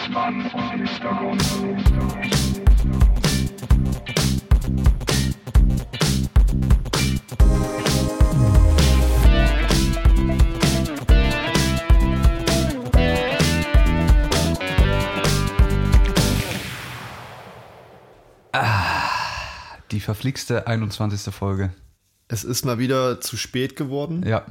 Mann aus dem Hintergrund. Die verflixte 21. Folge. Es ist mal wieder zu spät geworden. Ja.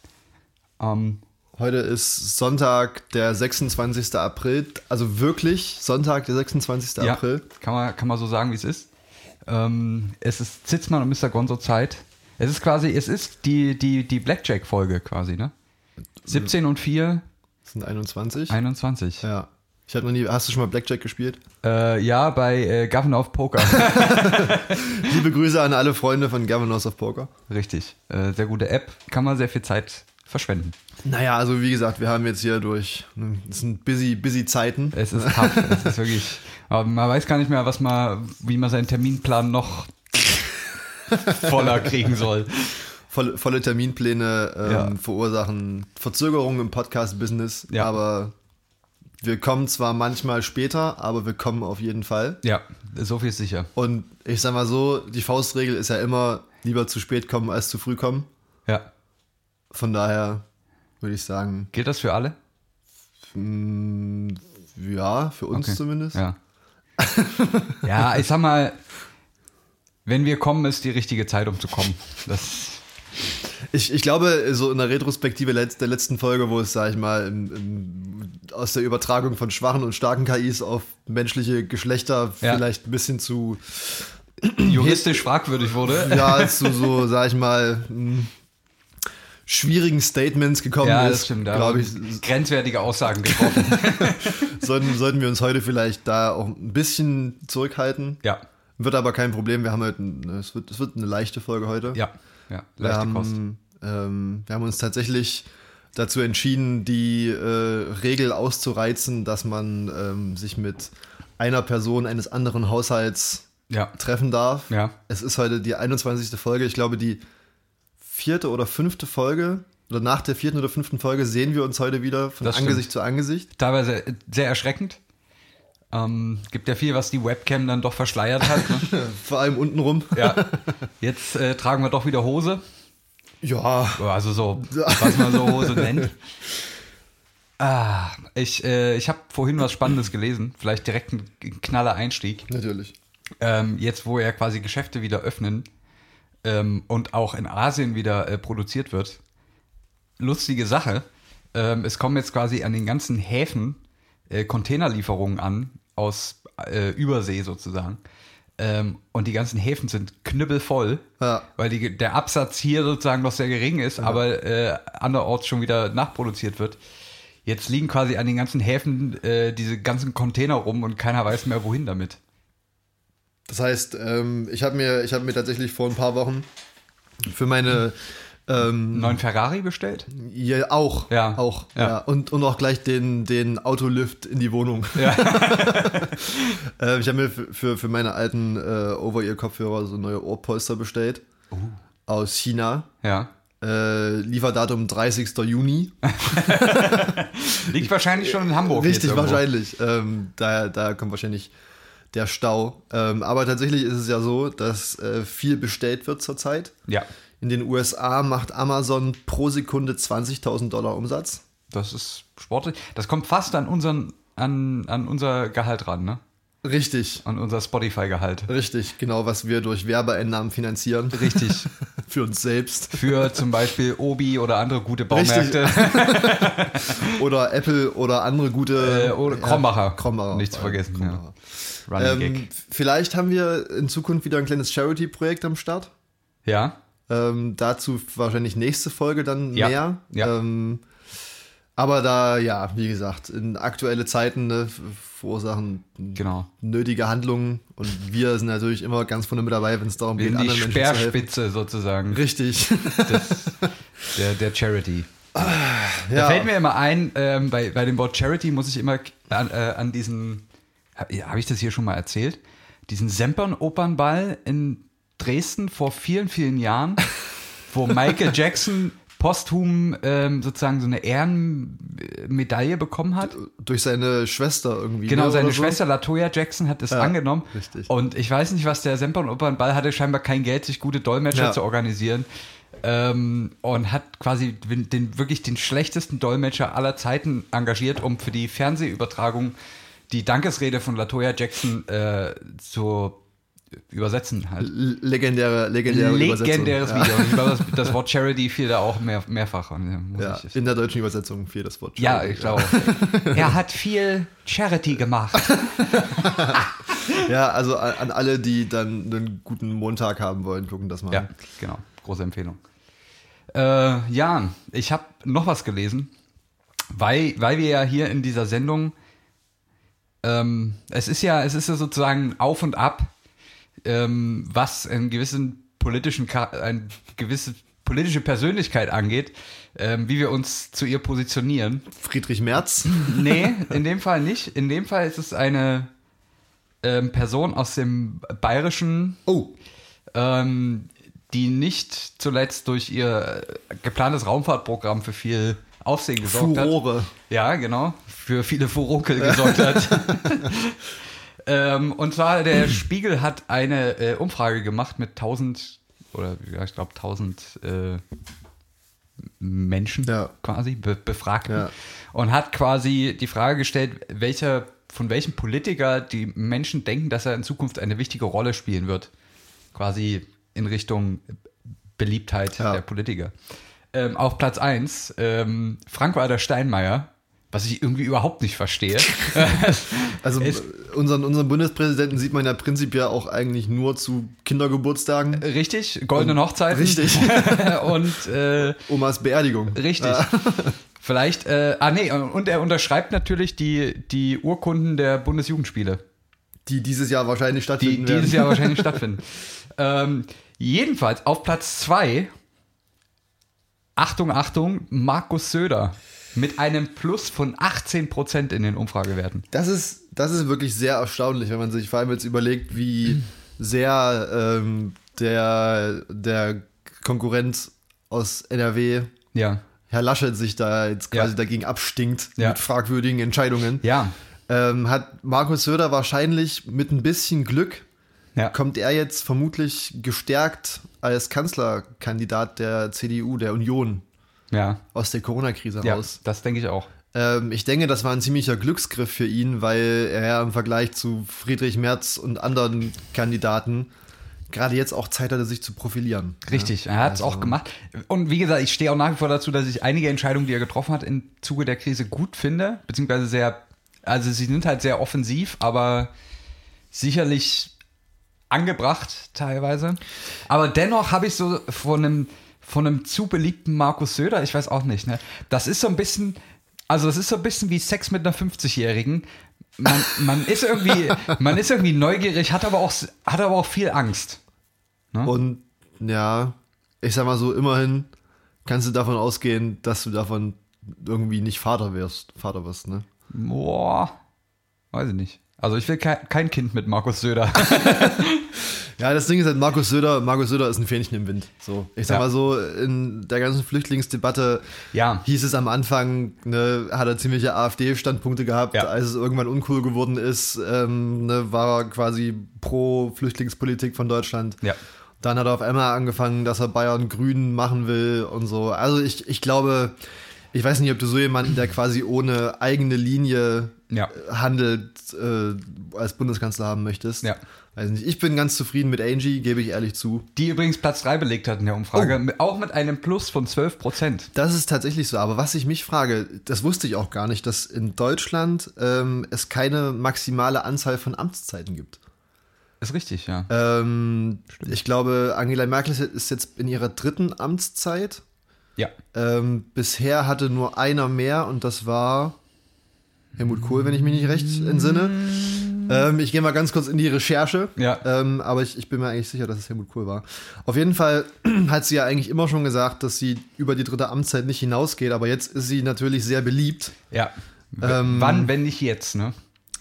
Heute ist Sonntag, der 26. April. Also wirklich Sonntag, der 26. Ja, April. kann man so sagen, wie es ist. Es ist Zitzmann und Mr. Gonzo Zeit. Es ist die Blackjack-Folge quasi, ne? 17 und 4. Das sind 21. 21. Ja. Ich hatte noch nie. Hast du schon mal Blackjack gespielt? Ja, bei Governor of Poker. Liebe Grüße an alle Freunde von Governors of Poker. Richtig. Sehr gute App. Kann man sehr viel Zeit verschwenden. Naja, also wie gesagt, wir haben jetzt hier das sind busy Zeiten. Es ist tough. Es ist wirklich. Aber man weiß gar nicht mehr, wie man seinen Terminplan noch voller kriegen soll. Volle Terminpläne verursachen Verzögerungen im Podcast-Business, Ja. Aber wir kommen zwar manchmal später, aber wir kommen auf jeden Fall. Ja, so viel ist sicher. Und ich sag mal so, die Faustregel ist ja immer, lieber zu spät kommen als zu früh kommen. Ja. Von daher würde ich sagen, Gilt das für alle? ja, für uns Okay. zumindest. Ja. Ja, ich sag mal, wenn wir kommen, ist die richtige Zeit, um zu kommen. Ich glaube, so in der Retrospektive der letzten Folge, wo es, sag ich mal, aus der Übertragung von schwachen und starken KIs auf menschliche Geschlechter vielleicht ein bisschen zu juristisch fragwürdig wurde. ja, zu so, sag ich mal, schwierigen Statements gekommen Ja, ist, das stimmt. Da glaube haben ich, grenzwertige Aussagen getroffen. sollten wir uns heute vielleicht da auch ein bisschen zurückhalten. Ja, Wird aber kein Problem. Wir haben heute, es wird eine leichte Folge heute. ja, leichte Kost. Wir haben uns tatsächlich dazu entschieden, die Regel auszureizen, dass man sich mit einer Person eines anderen Haushalts treffen darf. Ja. Es ist heute die 21. Folge. Ich glaube, die 4. oder 5. Folge oder nach der 4. oder 5. Folge sehen wir uns heute wieder von Das Angesicht zu Angesicht. Teilweise sehr erschreckend. Gibt ja viel, was die Webcam dann doch verschleiert hat. Ne? Vor allem untenrum. Ja. Jetzt tragen wir doch wieder Hose. Ja. Also so, was man so Hose nennt. Ich habe vorhin was Spannendes gelesen. Vielleicht direkt ein knaller Einstieg. Natürlich. Jetzt, wo ja quasi Geschäfte wieder öffnen und auch in Asien wieder produziert wird. Lustige Sache. Es kommen jetzt quasi an den ganzen Häfen Containerlieferungen an, aus Übersee sozusagen. Und die ganzen Häfen sind knüppelvoll, weil der Absatz hier sozusagen noch sehr gering ist, aber anderorts schon wieder nachproduziert wird. Jetzt liegen quasi an den ganzen Häfen diese ganzen Container rum und keiner weiß mehr, wohin damit. Das heißt, ich hab mir tatsächlich vor ein paar Wochen für meine Neuen Ferrari bestellt? Ja, auch. Ja. Und auch gleich den Autolift in die Wohnung. Ja. Ich habe mir für meine alten Over-Ear-Kopfhörer so neue Ohrpolster bestellt. Aus China. Ja. Lieferdatum 30. Juni. Liegt wahrscheinlich schon in Hamburg. Richtig, wahrscheinlich. Da kommt wahrscheinlich der Stau. Aber tatsächlich ist es ja so, dass viel bestellt wird zurzeit. Ja. In den USA macht Amazon pro Sekunde $20.000 Umsatz. Das ist sportlich. Das kommt fast an unser Gehalt ran, ne? Richtig. An unser Spotify-Gehalt. Richtig, genau, was wir durch Werbeeinnahmen finanzieren. Richtig. Für uns selbst. Für zum Beispiel Obi oder andere gute Baumärkte. Oder Apple oder andere gute... oder Krombacher. Krombacher. Nicht zu vergessen. Krombacher. Ja. Running Gag. Vielleicht haben wir in Zukunft wieder ein kleines Charity-Projekt am Start. Ja. Dazu wahrscheinlich nächste Folge dann mehr. Ja. Aber da, ja, wie gesagt, in aktuelle Zeiten verursachen nötige Handlungen. Und wir sind natürlich immer ganz vorne mit dabei, wenn es darum geht, anderen Menschen zu helfen. Die Speerspitze sozusagen. Richtig. Der Charity. Ja. Da fällt mir immer ein, bei dem Wort Charity muss ich immer an diesen, habe ich das hier schon mal erzählt, diesen Sempern-Opernball in Dresden vor vielen, vielen Jahren, wo Michael Jackson posthum sozusagen so eine Ehrenmedaille bekommen hat. Durch seine Schwester irgendwie. Genau, ne, seine Schwester Latoya Jackson hat es angenommen. Richtig. Und ich weiß nicht, was der Semper und Opernball hatte, scheinbar kein Geld, sich gute Dolmetscher zu organisieren. Und hat quasi wirklich den schlechtesten Dolmetscher aller Zeiten engagiert, um für die Fernsehübertragung die Dankesrede von Latoya Jackson zu übersetzen halt. Legendäres Video. Und ich glaube, das Wort Charity fiel da auch mehrfach. In der deutschen Übersetzung fiel das Wort Charity. Ja, ich glaube. Er hat viel Charity gemacht. Ja, also an alle, die dann einen guten Montag haben wollen, gucken das mal. Ja, genau. Große Empfehlung. Jan, ich habe noch was gelesen, weil wir ja hier in dieser Sendung es ist ja sozusagen auf und ab, was eine gewisse politische Persönlichkeit angeht, wie wir uns zu ihr positionieren. Friedrich Merz? Nee, in dem Fall nicht. In dem Fall ist es eine Person aus dem Bayerischen, die nicht zuletzt durch ihr geplantes Raumfahrtprogramm für viel Aufsehen gesorgt Furore. hat. Ja, genau. Für viele Furokel gesorgt hat. Und zwar der Spiegel hat eine Umfrage gemacht mit 1000 Menschen quasi, Befragten. Ja. Und hat quasi die Frage gestellt, von welchem Politiker die Menschen denken, dass er in Zukunft eine wichtige Rolle spielen wird. Quasi in Richtung Beliebtheit der Politiker. Auf Platz 1 Frank-Walter Steinmeier, was ich irgendwie überhaupt nicht verstehe. Also unseren Bundespräsidenten sieht man ja prinzipiell auch eigentlich nur zu Kindergeburtstagen. Richtig, goldenen Hochzeiten. Richtig. Und Omas Beerdigung. Richtig. Vielleicht, und er unterschreibt natürlich die Urkunden der Bundesjugendspiele. Die dieses Jahr wahrscheinlich stattfinden werden. Dieses Jahr wahrscheinlich stattfinden. Jedenfalls auf Platz 2, Achtung, Markus Söder mit einem Plus von 18% in den Umfragewerten. Das ist wirklich sehr erstaunlich, wenn man sich vor allem jetzt überlegt, wie sehr der Konkurrent aus NRW, Herr Laschet, sich da jetzt quasi dagegen abstinkt mit fragwürdigen Entscheidungen. Ja. Hat Markus Söder wahrscheinlich mit ein bisschen Glück, kommt er jetzt vermutlich gestärkt als Kanzlerkandidat der CDU, der Union, aus der Corona-Krise raus. Ja, das denke ich auch. Ich denke, das war ein ziemlicher Glücksgriff für ihn, weil er im Vergleich zu Friedrich Merz und anderen Kandidaten gerade jetzt auch Zeit hatte, sich zu profilieren. Richtig, er hat es auch gemacht. Und wie gesagt, ich stehe auch nach wie vor dazu, dass ich einige Entscheidungen, die er getroffen hat, im Zuge der Krise gut finde, beziehungsweise sie sind halt sehr offensiv, aber sicherlich angebracht teilweise. Aber dennoch habe ich so von einem zu beliebten Markus Söder, ich weiß auch nicht, ne? Das ist so ein bisschen wie Sex mit einer 50-Jährigen. Man ist irgendwie neugierig, hat aber auch viel Angst. Ne? Und ja, ich sag mal so, immerhin kannst du davon ausgehen, dass du davon irgendwie nicht Vater wirst, ne? Boah, weiß ich nicht. Also ich will kein Kind mit Markus Söder. Ja, das Ding ist halt, Markus Söder ist ein Fähnchen im Wind. So, ich sag mal so, in der ganzen Flüchtlingsdebatte hieß es am Anfang, hat er ziemliche AfD-Standpunkte gehabt. Als es irgendwann uncool geworden ist, war er quasi pro Flüchtlingspolitik von Deutschland. Ja. Dann hat er auf einmal angefangen, dass er Bayern grün machen will und so. Also ich glaube, ich weiß nicht, ob du so jemanden, der quasi ohne eigene Linie handelt, als Bundeskanzler haben möchtest. Ja. Weiß nicht. Ich bin ganz zufrieden mit Angie, gebe ich ehrlich zu. Die übrigens Platz 3 belegt hat in der Umfrage, auch mit einem Plus von 12%. Das ist tatsächlich so, aber was ich mich frage, das wusste ich auch gar nicht, dass in Deutschland es keine maximale Anzahl von Amtszeiten gibt. Ist richtig, ja. Ich glaube, Angela Merkel ist jetzt in ihrer 3. Amtszeit. Ja. Bisher hatte nur einer mehr und das war Helmut Kohl, wenn ich mich nicht recht entsinne. Ich gehe mal ganz kurz in die Recherche, aber ich bin mir eigentlich sicher, dass es Helmut Kohl war. Auf jeden Fall hat sie ja eigentlich immer schon gesagt, dass sie über die 3. Amtszeit nicht hinausgeht, aber jetzt ist sie natürlich sehr beliebt. Ja. Wann, wenn nicht jetzt, ne?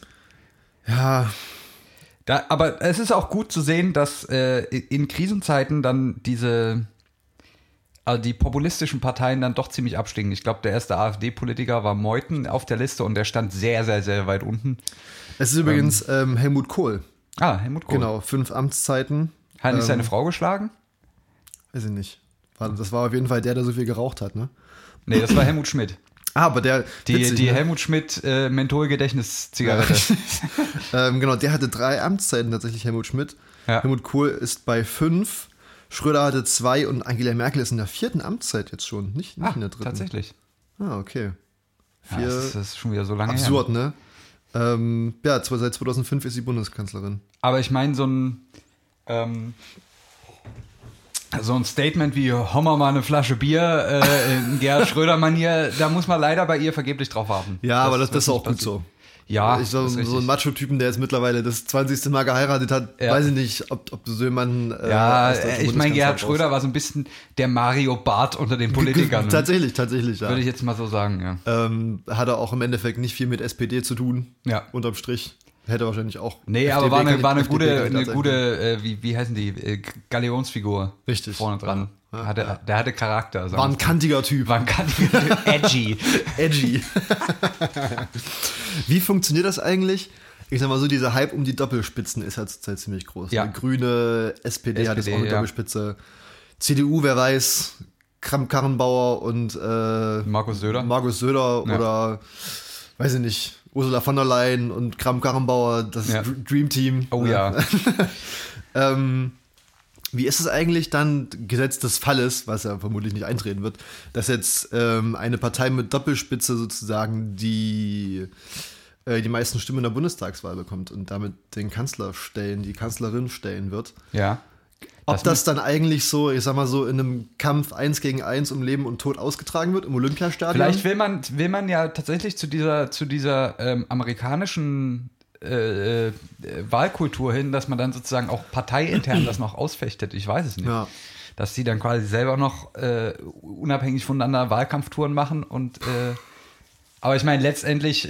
Ja. Aber es ist auch gut zu sehen, dass in Krisenzeiten dann also die populistischen Parteien dann doch ziemlich abstiegen. Ich glaube, der erste AfD-Politiker war Meuthen auf der Liste und der stand sehr, sehr, sehr weit unten. Es ist übrigens Helmut Kohl. Helmut Kohl. Genau, 5 Amtszeiten. Hat nicht seine Frau geschlagen? Weiß ich nicht. Das war auf jeden Fall der so viel geraucht hat, ne? Nee, das war Helmut Schmidt. Aber der... Die ne? Helmut Schmidt Menthol-Gedächtnis-Zigarette. Genau, der hatte 3 Amtszeiten tatsächlich, Helmut Schmidt. Ja. Helmut Kohl ist bei 5. Schröder hatte 2 und Angela Merkel ist in der 4. Amtszeit jetzt schon, nicht in der 3. Tatsächlich. Okay. Das ist schon wieder so lange absurd, her. Ne? Seit 2005 ist sie Bundeskanzlerin. Aber ich meine, so ein Statement wie "Hau mal eine Flasche Bier" in Gerhard Schröder-Manier, da muss man leider bei ihr vergeblich drauf warten. Ja, aber das ist auch gut so. Ja, so ein Macho-Typen, der jetzt mittlerweile das 20. Mal geheiratet hat, weiß ich nicht, ob du so jemanden... ich meine, Gerhard Schröder war so ein bisschen der Mario Barth unter den Politikern. Tatsächlich, ja. Würde ich jetzt mal so sagen, ja. Hat er auch im Endeffekt nicht viel mit SPD zu tun, unterm Strich. Hätte wahrscheinlich auch... Nee, FDP aber war eine gute wie heißen die, Galionsfigur. Richtig. Vorne dran. Der hatte Charakter. War ein kantiger Typ. Edgy. Wie funktioniert das eigentlich? Ich sag mal so, dieser Hype um die Doppelspitzen ist ja zurzeit ziemlich groß. Ja. Die Grüne, SPD hat jetzt auch eine Doppelspitze. CDU, wer weiß, Kramp-Karrenbauer und Markus Söder oder, weiß ich nicht, Ursula von der Leyen und Kramp-Karrenbauer, das Dream Team. Oh ja. Wie ist es eigentlich dann, Gesetz des Falles, was ja vermutlich nicht eintreten wird, dass jetzt eine Partei mit Doppelspitze sozusagen die meisten Stimmen in der Bundestagswahl bekommt und damit den Kanzler stellen, die Kanzlerin stellen wird? Ja. Ob das dann eigentlich so, ich sag mal so, in einem Kampf 1 gegen 1 um Leben und Tod ausgetragen wird im Olympiastadion? Vielleicht will man ja tatsächlich zu dieser amerikanischen Wahlkultur hin, dass man dann sozusagen auch parteiintern das noch ausfechtet. Ich weiß es nicht. Ja. Dass die dann quasi selber noch unabhängig voneinander Wahlkampftouren machen und aber ich meine letztendlich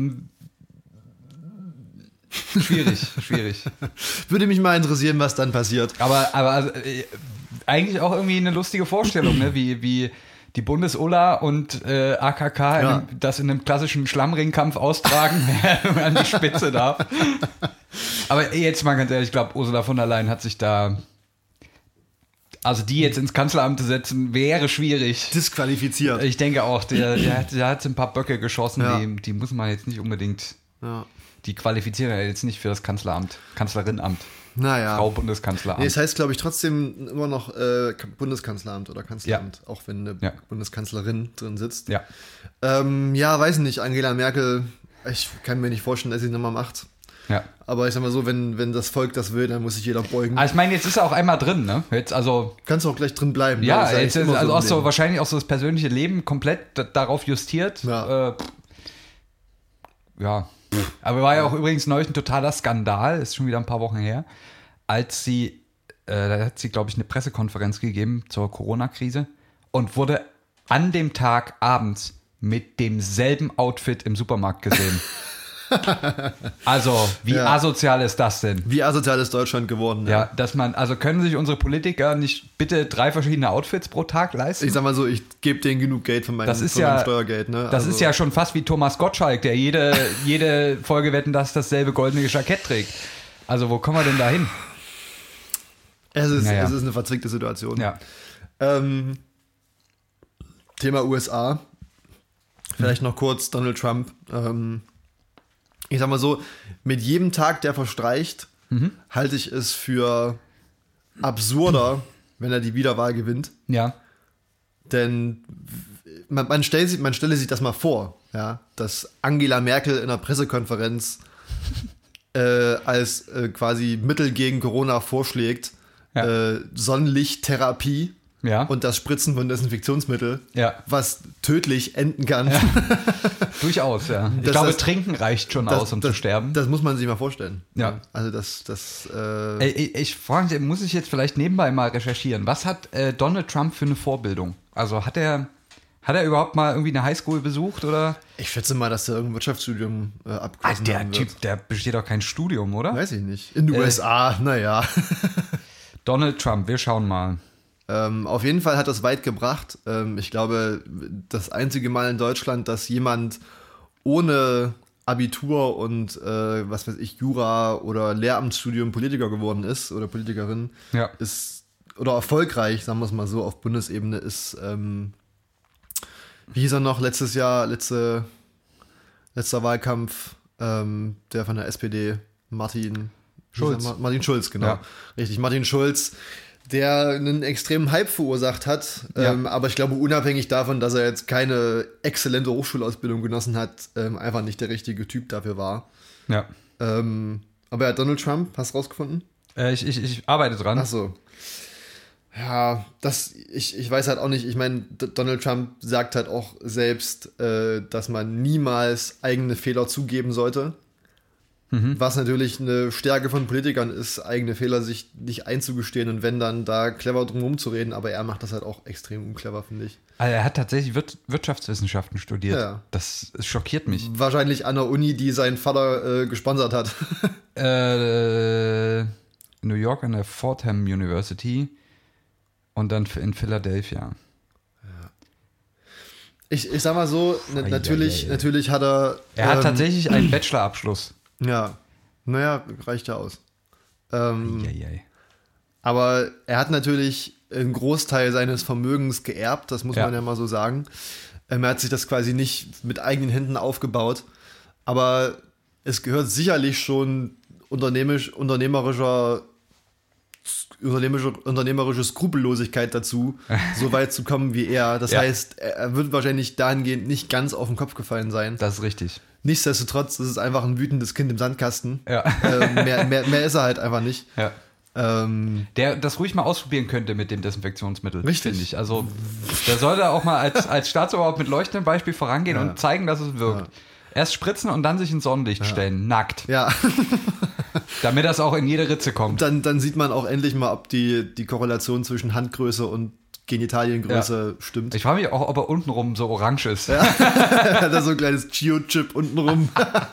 schwierig. Würde mich mal interessieren, was dann passiert. Aber also, eigentlich auch irgendwie eine lustige Vorstellung, ne? Wie die Bundes-Ulla und AKK das in einem klassischen Schlammringkampf austragen, wer an die Spitze darf. Aber jetzt mal ganz ehrlich, ich glaube, Ursula von der Leyen hat sich da... Also die jetzt ins Kanzleramt zu setzen, wäre schwierig. Disqualifiziert. Ich denke auch, der hat ein paar Böcke geschossen, die muss man jetzt nicht unbedingt... Ja. Die qualifizieren ja jetzt nicht für das Kanzlerinamt. Naja. Frau Bundeskanzleramt. Nee, es heißt, glaube ich, trotzdem immer noch Bundeskanzleramt oder Kanzleramt, auch wenn eine Bundeskanzlerin drin sitzt. Ja. Weiß nicht, Angela Merkel, ich kann mir nicht vorstellen, dass sie es nochmal macht. Ja. Aber ich sag mal so, wenn das Volk das will, dann muss sich jeder beugen. Ich meine, jetzt ist er auch einmal drin, ne? Jetzt, also kannst du auch gleich drin bleiben. Ja, ne? Jetzt ist also auch so wahrscheinlich auch so das persönliche Leben komplett darauf justiert. Ja. Aber war ja auch übrigens neulich ein totaler Skandal, ist schon wieder ein paar Wochen her, als da hat sie, glaube ich, eine Pressekonferenz gegeben zur Corona-Krise und wurde an dem Tag abends mit demselben Outfit im Supermarkt gesehen. Also, wie asozial ist das denn? Wie asozial ist Deutschland geworden? Ja, dass man, also können sich unsere Politiker nicht bitte 3 verschiedene Outfits pro Tag leisten? Ich sag mal so, ich gebe denen genug Geld von meinem Steuergeld. Ne? Das ist ja schon fast wie Thomas Gottschalk, der jede Folge Wetten, dass dasselbe goldene Jackett trägt. Also, wo kommen wir denn da hin? Es ist eine verzwickte Situation. Ja. Thema USA. Vielleicht noch kurz Donald Trump. Ich sag mal so, mit jedem Tag, der verstreicht, halte ich es für absurder, wenn er die Wiederwahl gewinnt. Ja. Denn man stelle sich das mal vor, ja, dass Angela Merkel in einer Pressekonferenz als quasi Mittel gegen Corona vorschlägt, Sonnenlichttherapie. Ja. Und das Spritzen von Desinfektionsmittel, was tödlich enden kann. Durchaus, ja. Ich glaube, Trinken reicht schon aus, um zu sterben. Das muss man sich mal vorstellen. Ja. Also ich frage, muss ich jetzt vielleicht nebenbei mal recherchieren. Was hat Donald Trump für eine Vorbildung? Also hat er überhaupt mal irgendwie eine Highschool besucht, oder? Ich schätze mal, dass er irgendein Wirtschaftsstudium abgeschlossen hat. Der Typ, der besteht doch kein Studium, oder? Weiß ich nicht. In den USA, naja. Donald Trump, wir schauen mal. Auf jeden Fall hat das weit gebracht. Ich glaube, das einzige Mal in Deutschland, dass jemand ohne Abitur und was weiß ich, Jura oder Lehramtsstudium Politiker geworden ist oder Politikerin, ist oder erfolgreich, sagen wir es mal so, auf Bundesebene ist, wie hieß er noch letzter Wahlkampf, der von der SPD, Martin Schulz, genau. Ja. Richtig, Martin Schulz, der einen extremen Hype verursacht hat, aber ich glaube, unabhängig davon, dass er jetzt keine exzellente Hochschulausbildung genossen hat, einfach nicht der richtige Typ dafür war. Ja. Aber ja, Donald Trump, hast du rausgefunden? Ich arbeite dran. Ach so. Ja, ich weiß halt auch nicht, ich meine, Donald Trump sagt halt auch selbst, dass man niemals eigene Fehler zugeben sollte. Was natürlich eine Stärke von Politikern ist, eigene Fehler sich nicht einzugestehen und wenn dann da clever drum rumzureden, aber er macht das halt auch extrem unclever, finde ich. Also er hat tatsächlich Wirtschaftswissenschaften studiert. Ja. Das schockiert mich. Wahrscheinlich an der Uni, die sein Vater gesponsert hat. New York an der Fordham University und dann in Philadelphia. Ja. Ich sag mal so, natürlich hat er... Er hat tatsächlich einen Bachelorabschluss. Ja, naja, reicht ja aus. Aber er hat natürlich einen Großteil seines Vermögens geerbt, das muss man ja mal so sagen. Er hat sich das quasi nicht mit eigenen Händen aufgebaut, aber es gehört sicherlich schon unternehmerische Skrupellosigkeit dazu, so weit zu kommen wie er. Das heißt, er wird wahrscheinlich dahingehend nicht ganz auf den Kopf gefallen sein. Das ist richtig. Nichtsdestotrotz, das ist einfach ein wütendes Kind im Sandkasten. Ja. Mehr ist er halt einfach nicht. Ja. Der das ruhig mal ausprobieren könnte mit dem Desinfektionsmittel. Richtig. Finde ich. Also, der sollte auch mal als Staatsoberhaupt mit leuchtendem Beispiel vorangehen und zeigen, dass es wirkt. Ja. Erst spritzen und dann sich ins Sonnenlicht stellen, nackt. Ja. Damit das auch in jede Ritze kommt. Dann sieht man auch endlich mal, ob die Korrelation zwischen Handgröße und Genitaliengröße stimmt. Ich frage mich auch, ob er untenrum so orange ist. Ja. Hat er so ein kleines Chio-Chip untenrum.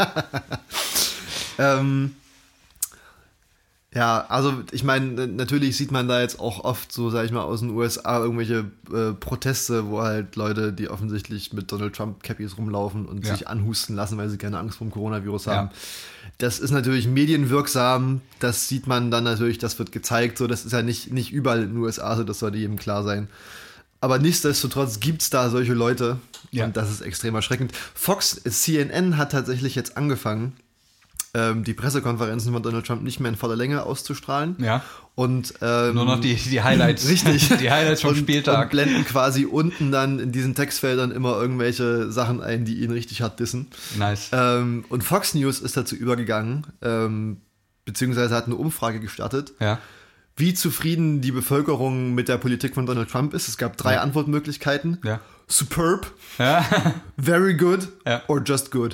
Ja, also ich meine, natürlich sieht man da jetzt auch oft so, sag ich mal, aus den USA irgendwelche Proteste, wo halt Leute, die offensichtlich mit Donald Trump-Cappies rumlaufen und sich anhusten lassen, weil sie keine Angst vor dem Coronavirus haben. Das ist natürlich medienwirksam, das sieht man dann natürlich, das wird gezeigt, so, das ist ja nicht überall in den USA so, das sollte jedem klar sein. Aber nichtsdestotrotz gibt es da solche Leute und das ist extrem erschreckend. CNN hat tatsächlich jetzt angefangen, die Pressekonferenzen von Donald Trump nicht mehr in voller Länge auszustrahlen. Ja. Und nur noch die Highlights. Richtig. Die Highlights vom Spieltag. Und blenden quasi unten dann in diesen Textfeldern immer irgendwelche Sachen ein, die ihn richtig hart dissen. Nice. Und Fox News ist dazu übergegangen, beziehungsweise hat eine Umfrage gestartet, wie zufrieden die Bevölkerung mit der Politik von Donald Trump ist. Es gab 3 Antwortmöglichkeiten. Ja. Superb, very good or just good.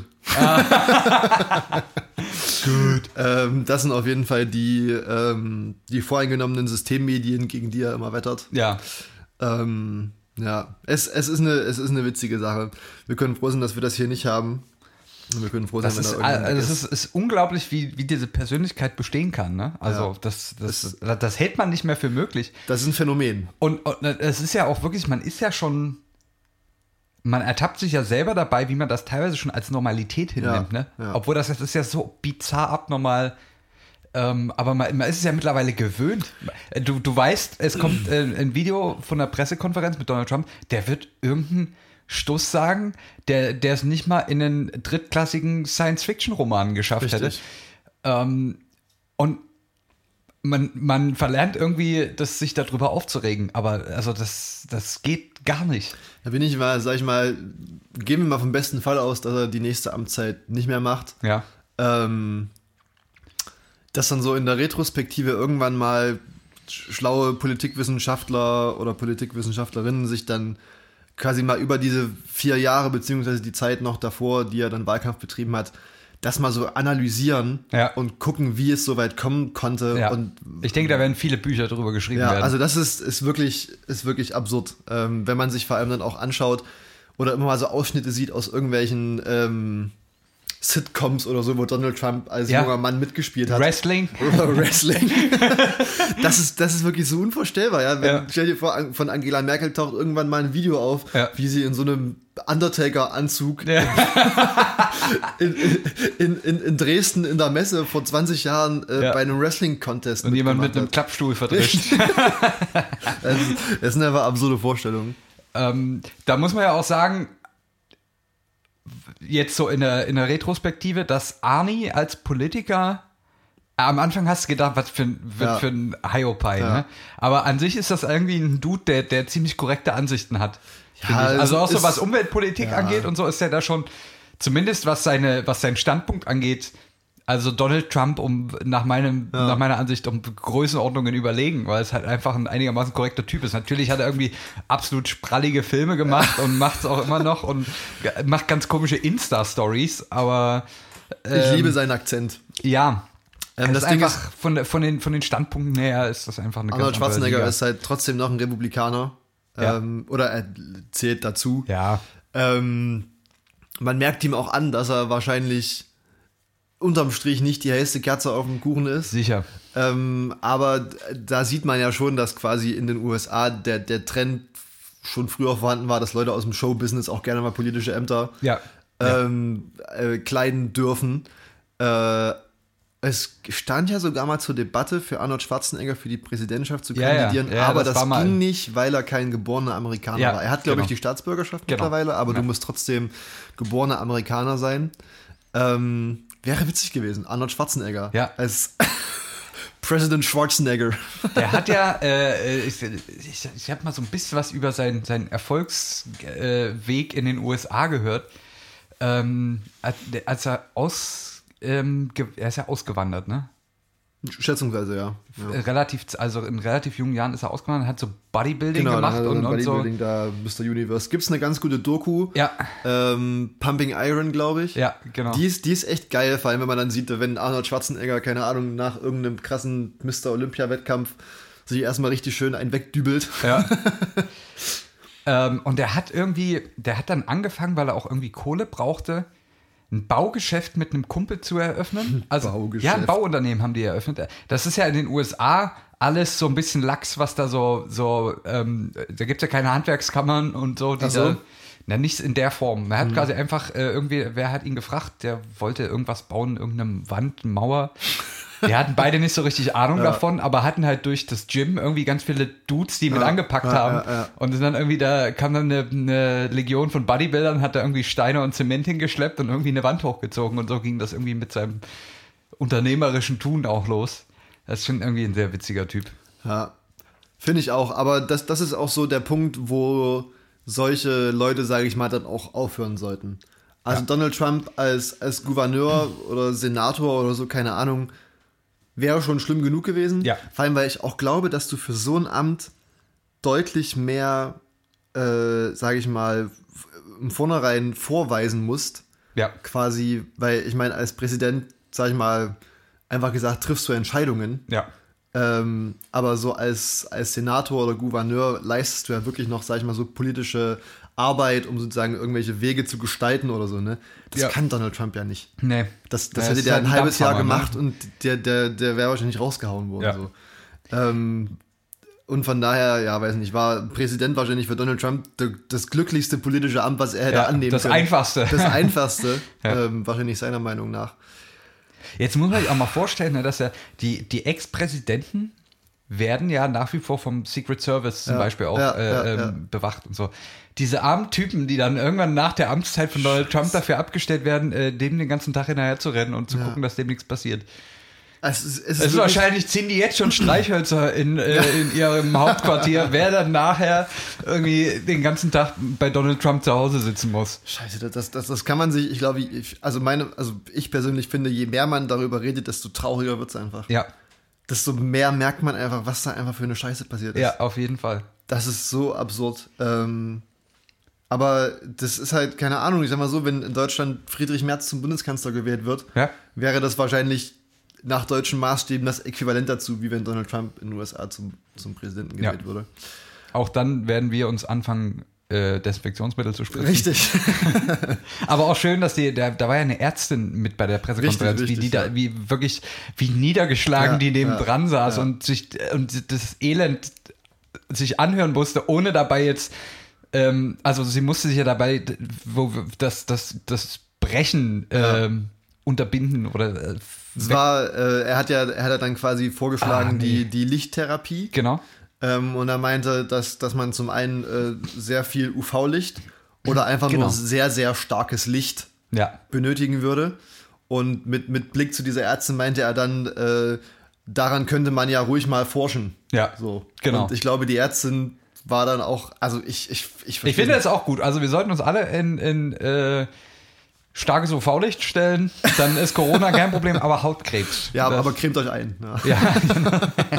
Gut. Das sind auf jeden Fall die voreingenommenen Systemmedien, gegen die er immer wettert. Ja. Es ist eine witzige Sache. Wir können froh sein, dass wir das hier nicht haben. Und wir können froh sein, es ist unglaublich, wie diese Persönlichkeit bestehen kann. Ne? Also das hält man nicht mehr für möglich. Das ist ein Phänomen. Und es ist ja auch wirklich, man ertappt sich ja selber dabei, wie man das teilweise schon als Normalität hinnimmt, ne? Ja. Obwohl das ist ja so bizarr abnormal, aber man ist es ja mittlerweile gewöhnt. Du weißt, es kommt ein Video von einer Pressekonferenz mit Donald Trump, der wird irgendeinen Stuss sagen, der es nicht mal in einen drittklassigen Science-Fiction-Roman geschafft hätte. Und man verlernt irgendwie, sich darüber aufzuregen, aber also das geht gar nicht. Da bin ich mal, sag ich mal, gehen wir mal vom besten Fall aus, dass er die nächste Amtszeit nicht mehr macht. Ja. Dass dann so in der Retrospektive irgendwann mal schlaue Politikwissenschaftler oder Politikwissenschaftlerinnen sich dann quasi mal über diese 4 Jahre, beziehungsweise die Zeit noch davor, die er dann Wahlkampf betrieben hat, das mal so analysieren und gucken, wie es so weit kommen konnte. Ja. Und ich denke, da werden viele Bücher drüber geschrieben werden. Also das ist wirklich absurd. Wenn man sich vor allem dann auch anschaut oder immer mal so Ausschnitte sieht aus irgendwelchen Sitcoms oder so, wo Donald Trump als junger Mann mitgespielt hat. Wrestling. Wrestling. Das ist wirklich so unvorstellbar, ja. Stell dir vor, von Angela Merkel taucht irgendwann mal ein Video auf, wie sie in so einem Undertaker-Anzug in Dresden in der Messe vor 20 Jahren bei einem Wrestling-Contest und jemand mit einem Klappstuhl verdrischt. Das sind einfach absurde Vorstellungen. Da muss man ja auch sagen, jetzt so in der Retrospektive, dass Arnie als Politiker, am Anfang hast du gedacht, was für ein Hiopai, ne? Aber an sich ist das irgendwie ein Dude, der ziemlich korrekte Ansichten hat. Also auch so was Umweltpolitik angeht und so ist der da schon, zumindest was seinen Standpunkt angeht, also Donald Trump nach meiner Ansicht um Größenordnungen überlegen, weil es halt einfach ein einigermaßen korrekter Typ ist. Natürlich hat er irgendwie absolut sprallige Filme gemacht und macht es auch immer noch und macht ganz komische Insta-Stories, aber ich liebe seinen Akzent. Ja. Das ist einfach von den Standpunkten her ist das einfach eine ganz Arnold Schwarzenegger ist halt trotzdem noch ein Republikaner. Oder er zählt dazu. Ja. Man merkt ihm auch an, dass er wahrscheinlich unterm Strich nicht die hellste Kerze auf dem Kuchen ist. Sicher. Aber da sieht man ja schon, dass quasi in den USA der Trend schon früher vorhanden war, dass Leute aus dem Showbusiness auch gerne mal politische Ämter kleiden dürfen. Es stand ja sogar mal zur Debatte für Arnold Schwarzenegger für die Präsidentschaft zu kandidieren, aber das ging nicht, weil er kein geborener Amerikaner war. Er hat, glaube ich, die Staatsbürgerschaft mittlerweile, aber du musst trotzdem geborener Amerikaner sein. Wäre witzig gewesen, Arnold Schwarzenegger als President Schwarzenegger. Der hat ich habe mal so ein bisschen was über seinen Erfolgsweg in den USA gehört. Als er ist ja ausgewandert, ne? Schätzungsweise, ja. Also in relativ jungen Jahren ist er ausgewandert, hat so Bodybuilding gemacht und Bodybuilding so. Da Mr. Universe. Gibt's eine ganz gute Doku. Ja. Pumping Iron, glaube ich. Ja, genau. Die ist echt geil, vor allem wenn man dann sieht, wenn Arnold Schwarzenegger, keine Ahnung, nach irgendeinem krassen Mr. Olympia-Wettkampf sich erstmal richtig schön einen wegdübelt. Ja. Und der hat dann angefangen, weil er auch irgendwie Kohle brauchte, ein Baugeschäft mit einem Kumpel zu eröffnen. Also, ein Bauunternehmen haben die eröffnet. Das ist ja in den USA alles so ein bisschen lax, was da da gibt es ja keine Handwerkskammern und so. Nicht in der Form. Er hat quasi einfach wer hat ihn gefragt, der wollte irgendwas bauen, irgendeine Wand, eine Mauer. Die hatten beide nicht so richtig Ahnung davon, aber hatten halt durch das Gym irgendwie ganz viele Dudes, die mit angepackt haben. Und sind dann irgendwie, da kam dann eine Legion von Bodybuildern, hat da irgendwie Steine und Zement hingeschleppt und irgendwie eine Wand hochgezogen. Und so ging das irgendwie mit seinem unternehmerischen Tun auch los. Das ist schon irgendwie ein sehr witziger Typ. Ja, finde ich auch. Aber das ist auch so der Punkt, wo solche Leute, sage ich mal, dann auch aufhören sollten. Also Donald Trump als Gouverneur oder Senator oder so, keine Ahnung, wäre schon schlimm genug gewesen. Ja. Vor allem, weil ich auch glaube, dass du für so ein Amt deutlich mehr, sage ich mal, im Vornherein vorweisen musst. Ja. Quasi, weil ich meine, als Präsident, sage ich mal, einfach gesagt, triffst du Entscheidungen. Ja. Aber so als Senator oder Gouverneur leistest du ja wirklich noch, sag ich mal, so politische Arbeit, um sozusagen irgendwelche Wege zu gestalten oder so, ne? Das kann Donald Trump ja nicht. Nee. Das hätte der ein halbes Jahr gemacht, ne? Und der wäre wahrscheinlich rausgehauen worden. Ja. So. Und von daher, ja, weiß nicht, war Präsident wahrscheinlich für Donald Trump das glücklichste politische Amt, was er hätte annehmen können. Einfachste. Das Einfachste, wahrscheinlich seiner Meinung nach. Jetzt muss man sich auch mal vorstellen, ne, dass die Ex-Präsidenten werden ja nach wie vor vom Secret Service zum Beispiel auch bewacht und so. Diese armen Typen, die dann irgendwann nach der Amtszeit von Donald Trump dafür abgestellt werden, dem den ganzen Tag hinterher zu rennen und zu gucken, dass dem nichts passiert. Es ist wahrscheinlich, ziehen die jetzt schon Streichhölzer in ihrem Hauptquartier, wer dann nachher irgendwie den ganzen Tag bei Donald Trump zu Hause sitzen muss. Scheiße, das kann man sich, ich glaube, ich persönlich finde, je mehr man darüber redet, desto trauriger wird es einfach. Ja. Desto mehr merkt man einfach, was da einfach für eine Scheiße passiert ist. Ja, auf jeden Fall. Das ist so absurd. Aber das ist halt, keine Ahnung, ich sag mal so, wenn in Deutschland Friedrich Merz zum Bundeskanzler gewählt wird, wäre das wahrscheinlich nach deutschen Maßstäben das Äquivalent dazu, wie wenn Donald Trump in den USA zum Präsidenten gewählt würde. Auch dann werden wir uns anfangen, Desinfektionsmittel zu spritzen. Richtig. Aber auch schön, dass da war ja eine Ärztin mit bei der Pressekonferenz, wie niedergeschlagen die neben dran saß und das Elend sich anhören musste, ohne dabei jetzt, also sie musste sich ja dabei das Brechen unterbinden oder er hat dann quasi vorgeschlagen, die Lichttherapie. Genau. Und er meinte, dass man zum einen sehr viel UV-Licht oder einfach nur sehr, sehr starkes Licht benötigen würde. Und mit Blick zu dieser Ärztin meinte er dann, daran könnte man ja ruhig mal forschen. Ja, so. Genau. Und ich glaube, die Ärztin war dann auch, also ich finde das auch gut. Also wir sollten uns alle in starkes UV-Licht stellen, dann ist Corona kein Problem, aber Hautkrebs. Ja, aber cremt euch ein. Ja, genau.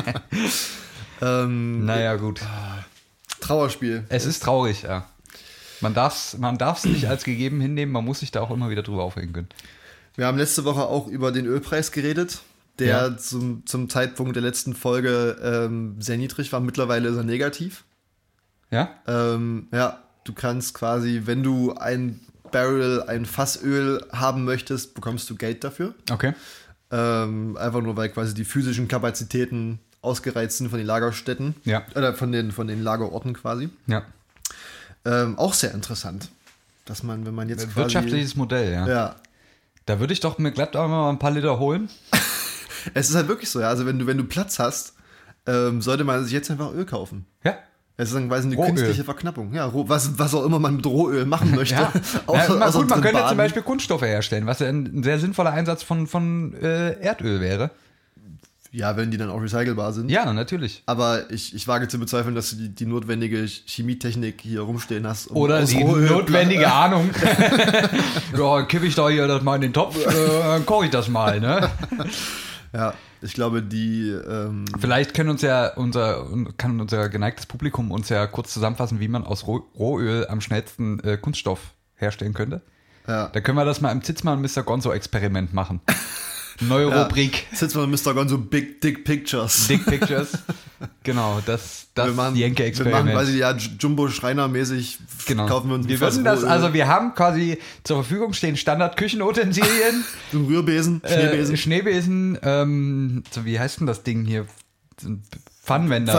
Naja, gut. Trauerspiel. Es ist traurig, ja. Man darf es nicht als gegeben hinnehmen, man muss sich da auch immer wieder drüber aufregen können. Wir haben letzte Woche auch über den Ölpreis geredet, der zum Zeitpunkt der letzten Folge sehr niedrig war. Mittlerweile ist er negativ. Ja? Du kannst quasi, wenn du ein Fassöl haben möchtest, bekommst du Geld dafür. Okay. Einfach nur, weil quasi die physischen Kapazitäten ausgereizt sind von den Lagerstätten. Ja. Oder von den Lagerorten quasi. Ja. Auch sehr interessant, dass man, wenn man jetzt quasi... Wirtschaftliches Modell, ja. Ja. Da würde ich doch mir glatt auch mal ein paar Liter holen. Es ist halt wirklich so, ja. Also wenn du Platz hast, sollte man sich jetzt einfach Öl kaufen. Ja. Es ist dann quasi eine künstliche Verknappung. Ja, was auch immer man mit Rohöl machen möchte. Ja. Man könnte zum Beispiel Kunststoffe herstellen, was ja ein sehr sinnvoller Einsatz von Erdöl wäre. Ja, wenn die dann auch recycelbar sind. Ja, natürlich. Aber ich wage zu bezweifeln, dass du die notwendige Chemietechnik hier rumstehen hast. Oder die notwendige Ahnung. Ja, kippe ich da hier das mal in den Topf, dann koche ich das mal, ne? Ja, ich glaube, vielleicht kann unser geneigtes Publikum uns ja kurz zusammenfassen, wie man aus Rohöl am schnellsten Kunststoff herstellen könnte. Ja. Da können wir das mal im Zitzmann Mr. Gonzo-Experiment machen. Neue Rubrik. Sitzen wir Mr. Gonzo Big Dick Pictures. Dick Pictures. Genau, das Wir Jenke-Experiment. machen quasi Jumbo-Schreiner-mäßig kaufen wir uns wir haben quasi zur Verfügung stehen Standard-Küchenutensilien. Rührbesen, Schneebesen, wie heißt denn das Ding hier? Pfannenwender.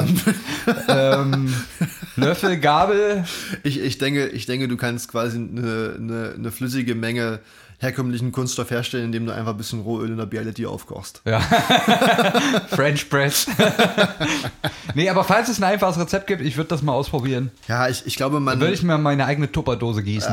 Löffel, Gabel. Ich denke, du kannst quasi eine flüssige Menge herkömmlichen Kunststoff herstellen, indem du einfach ein bisschen Rohöl in der Bialetti aufkochst. Ja. French Press. Nee, aber falls es ein einfaches Rezept gibt, ich würde das mal ausprobieren. Ja, ich glaube, dann würde ich mir meine eigene Tupperdose gießen.